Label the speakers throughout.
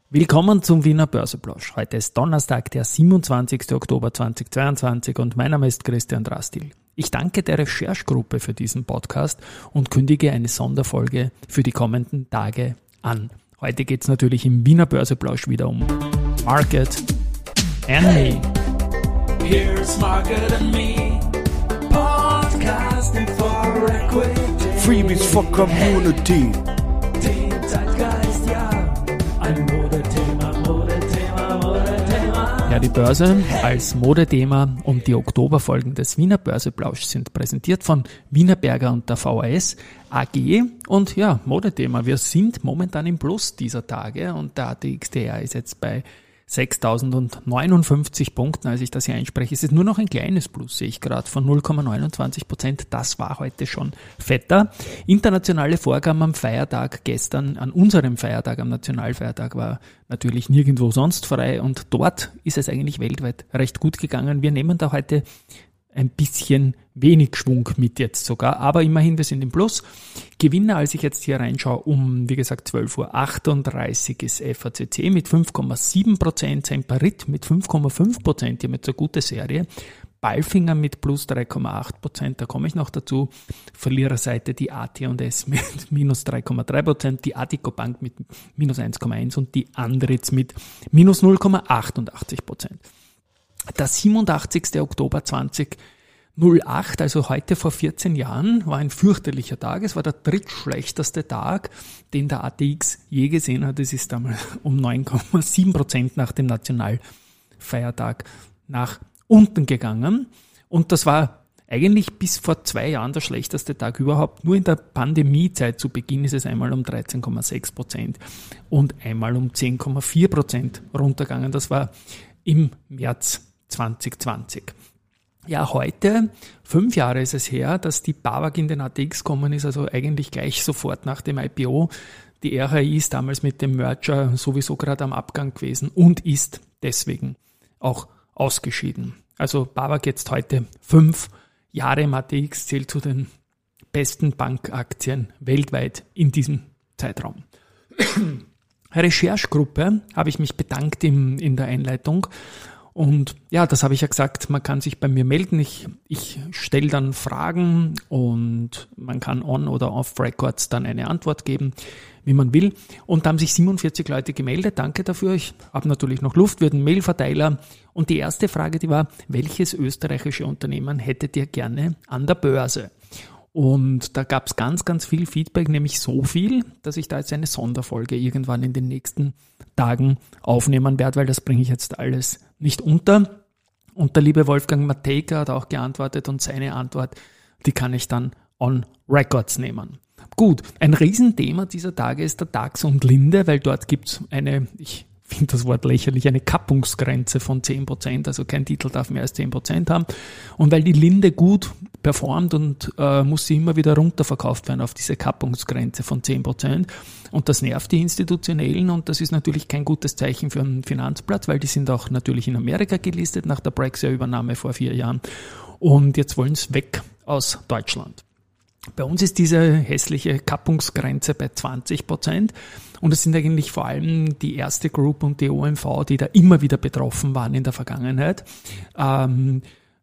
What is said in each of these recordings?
Speaker 1: Willkommen zum Wiener Börseplausch. Heute ist Donnerstag, der 27. Oktober 2022 und mein Name ist Christian Drastil. Ich danke der Recherchegruppe für diesen Podcast und kündige eine Sonderfolge für die kommenden Tage an. Heute geht es natürlich im Wiener Börseplausch wieder um Market and Me.
Speaker 2: Here's Market and Me, podcasting for equity.
Speaker 3: Freebies for Community.
Speaker 2: Den Zeitgeist, ja, ein Modethema.
Speaker 1: Ja, die Börse als Modethema und die Oktoberfolgen des Wiener Börseplausch sind präsentiert von Wienerberger und der VAS AG. Und ja, Modethema, wir sind momentan im Plus dieser Tage und der ATXDR ist jetzt bei 6.059 Punkten, als ich das hier einspreche. Es ist nur noch ein kleines Plus, sehe ich gerade, von 0,29%. Das war heute schon fetter. Internationale Vorgaben am Feiertag gestern, an unserem Feiertag, am Nationalfeiertag, war natürlich nirgendwo sonst frei und dort ist es eigentlich weltweit recht gut gegangen. Wir nehmen da heute ein bisschen wenig Schwung mit jetzt sogar, aber immerhin, wir sind im Plus. Gewinner, als ich jetzt hier reinschaue, wie gesagt, 12.38 Uhr ist FACC mit 5,7%, Semperit mit 5,5%, hier mit so gute Serie. Balfinger mit plus 3,8%, da komme ich noch dazu. Verliererseite die AT&S mit minus 3,3%, die Addiko Bank mit minus 1,1% und die Andritz mit minus 0,88%. Der 87. Oktober 2008, also heute vor 14 Jahren, war ein fürchterlicher Tag. Es war der drittschlechteste Tag, den der ATX je gesehen hat. Es ist damals um 9,7% nach dem Nationalfeiertag nach unten gegangen. Und das war eigentlich bis vor 2 Jahren der schlechteste Tag überhaupt. Nur in der Pandemiezeit zu Beginn ist es einmal um 13,6% und einmal um 10,4% runtergegangen. Das war im März 2020. Ja, heute, 5 Jahre ist es her, dass die BAWAG in den ATX gekommen ist, also eigentlich gleich sofort nach dem IPO. Die RHI ist damals mit dem Merger sowieso gerade am Abgang gewesen und ist deswegen auch ausgeschieden. Also BAWAG jetzt heute 5 Jahre im ATX, zählt zu den besten Bankaktien weltweit in diesem Zeitraum. Recherchegruppe, habe ich mich bedankt in der Einleitung. Und ja, das habe ich ja gesagt, man kann sich bei mir melden. Ich stelle dann Fragen und man kann on oder off Records dann eine Antwort geben, wie man will. Und da haben sich 47 Leute gemeldet. Danke dafür. Ich habe natürlich noch Luft, wird ein Mailverteiler. Und die erste Frage, die war, welches österreichische Unternehmen hättet ihr gerne an der Börse? Und da gab es ganz, ganz viel Feedback, nämlich so viel, dass ich da jetzt eine Sonderfolge irgendwann in den nächsten Tagen aufnehmen werde, weil das bringe ich jetzt alles nicht unter. Und der liebe Wolfgang Matejka hat auch geantwortet und seine Antwort, die kann ich dann on Records nehmen. Gut, ein Riesenthema dieser Tage ist der DAX und Linde, weil dort gibt es ich finde das Wort lächerlich, eine Kappungsgrenze von 10%, also kein Titel darf mehr als 10% haben. Und weil die Linde gut performt und muss sie immer wieder runterverkauft werden auf diese Kappungsgrenze von 10%. Und das nervt die Institutionellen und das ist natürlich kein gutes Zeichen für einen Finanzplatz, weil die sind auch natürlich in Amerika gelistet nach der Brexit-Übernahme vor 4 Jahren. Und jetzt wollen sie weg aus Deutschland. Bei uns ist diese hässliche Kappungsgrenze bei 20% und es sind eigentlich vor allem die Erste Group und die OMV, die da immer wieder betroffen waren in der Vergangenheit. Wenn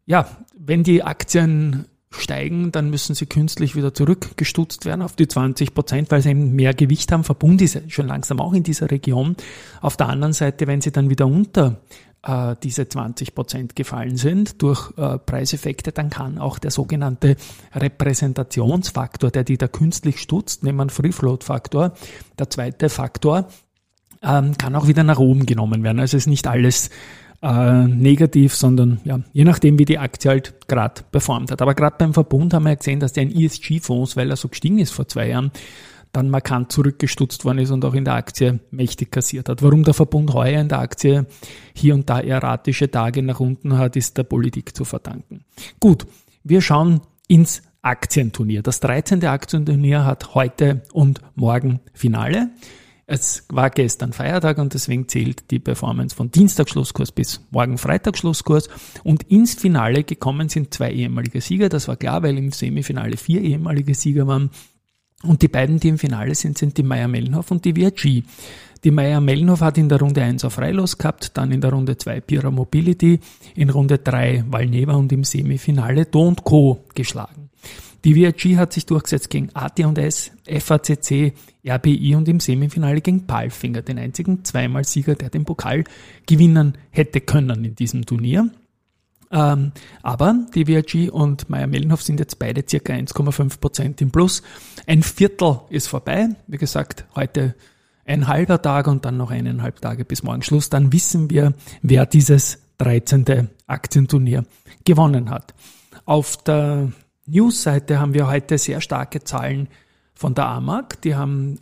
Speaker 1: die Aktien steigen, dann müssen sie künstlich wieder zurückgestutzt werden auf die 20%, weil sie eben mehr Gewicht haben. Verbund ist schon langsam auch in dieser Region. Auf der anderen Seite, wenn sie dann wieder unter diese 20% gefallen sind durch Preiseffekte, dann kann auch der sogenannte Repräsentationsfaktor, der die da künstlich stutzt, nehmen wir einen Free-Float-Faktor, der zweite Faktor, kann auch wieder nach oben genommen werden. Also es ist nicht alles negativ, sondern ja, je nachdem, wie die Aktie halt gerade performt hat. Aber gerade beim Verbund haben wir ja gesehen, dass der in ESG-Fonds, weil er so gestiegen ist vor 2 Jahren, dann markant zurückgestutzt worden ist und auch in der Aktie mächtig kassiert hat. Warum der Verbund heuer in der Aktie hier und da erratische Tage nach unten hat, ist der Politik zu verdanken. Gut, wir schauen ins Aktienturnier. Das 13. Aktienturnier hat heute und morgen Finale. Es war gestern Feiertag und deswegen zählt die Performance von Dienstag Schlusskurs bis morgen Freitag Schlusskurs. Und ins Finale gekommen sind 2 ehemalige Sieger. Das war klar, weil im Semifinale 4 ehemalige Sieger waren. Und die beiden, die im Finale sind die Mayr-Melnhof und die VIG. Die Mayr-Melnhof hat in der Runde 1 auf Freilos gehabt, dann in der Runde 2 Pira Mobility, in Runde 3 Valneva und im Semifinale Do & Co. geschlagen. Die VIG hat sich durchgesetzt gegen AT&S, FACC, RBI und im Semifinale gegen Palfinger, den einzigen Zweimal-Sieger, der den Pokal gewinnen hätte können in diesem Turnier. Aber die VIG und Mayr-Melnhof sind jetzt beide ca. 1,5% im Plus. Ein Viertel ist vorbei. Wie gesagt, heute ein halber Tag und dann noch 1,5 Tage bis morgen Schluss. Dann wissen wir, wer dieses 13. Aktienturnier gewonnen hat. Auf der News-Seite haben wir heute sehr starke Zahlen von der AMAG. Die haben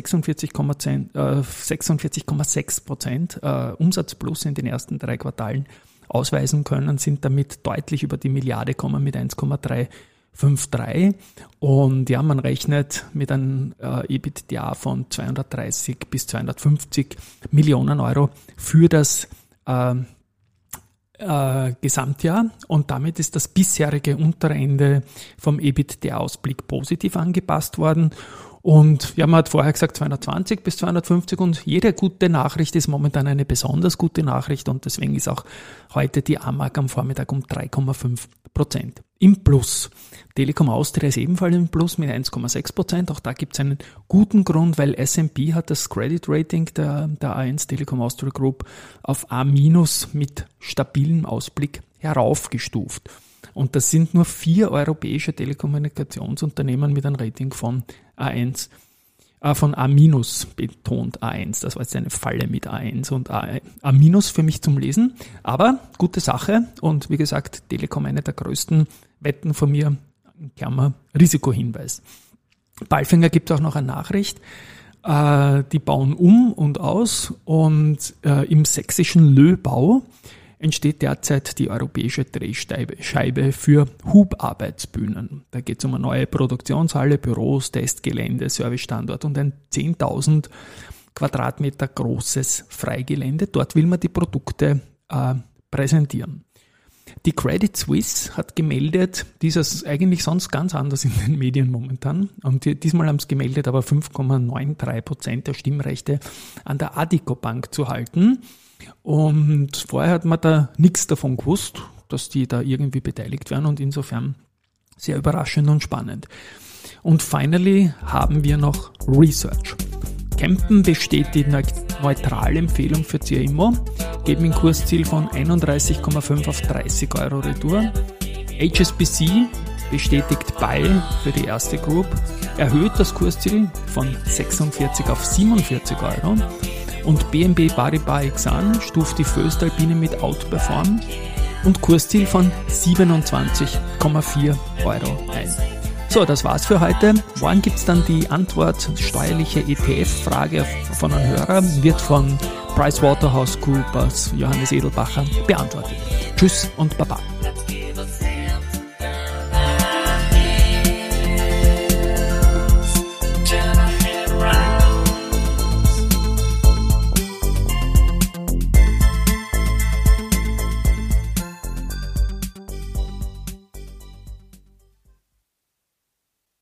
Speaker 1: 46,6% Umsatzplus in den ersten 3 Quartalen ausweisen können, sind damit deutlich über die Milliarde gekommen mit 1,353. Und ja, man rechnet mit einem EBITDA von 230 bis 250 Millionen Euro für das Gesamtjahr, und damit ist das bisherige untere Ende vom EBITDA-Ausblick positiv angepasst worden. Und ja, man hat vorher gesagt 220 bis 250, und jede gute Nachricht ist momentan eine besonders gute Nachricht, und deswegen ist auch heute die AMAG am Vormittag um 3,5% im Plus. Telekom Austria ist ebenfalls im Plus mit 1,6%. Auch da gibt es einen guten Grund, weil S&P hat das Credit Rating der A1 Telekom Austria Group auf A- mit stabilem Ausblick heraufgestuft. Und das sind nur 4 europäische Telekommunikationsunternehmen mit einem Rating von A1, von A- betont A1. Das war jetzt eine Falle mit A1 und A- für mich zum Lesen. Aber gute Sache, und wie gesagt, Telekom eine der größten Wetten von mir, in Klammer Risikohinweis. Palfinger gibt auch noch eine Nachricht. Die bauen um und aus, und im sächsischen Löbau entsteht derzeit die europäische Drehscheibe für Hubarbeitsbühnen. Da geht es um eine neue Produktionshalle, Büros, Testgelände, Servicestandort und ein 10.000 Quadratmeter großes Freigelände. Dort will man die Produkte präsentieren. Die Credit Suisse hat gemeldet, dieses eigentlich sonst ganz anders in den Medien momentan, und diesmal haben sie gemeldet, aber 5,93% der Stimmrechte an der Addiko Bank zu halten. Und vorher hat man da nichts davon gewusst, dass die da irgendwie beteiligt werden, und insofern sehr überraschend und spannend. Und finally haben wir noch Research. Kempen bestätigt neutrale Empfehlung für CIMO, geben ein Kursziel von 31,5 auf 30 Euro Retour. HSBC bestätigt Buy für die erste Group, erhöht das Kursziel von 46 auf 47 Euro. Und BNP Paribas Exane stuft die Voestalpine mit Outperform und Kursziel von 27,4 Euro ein. So, das war's für heute. Morgen gibt's dann die Antwort, steuerliche ETF-Frage von einem Hörer, wird von PricewaterhouseCoopers Johannes Edelbacher beantwortet. Tschüss und Baba.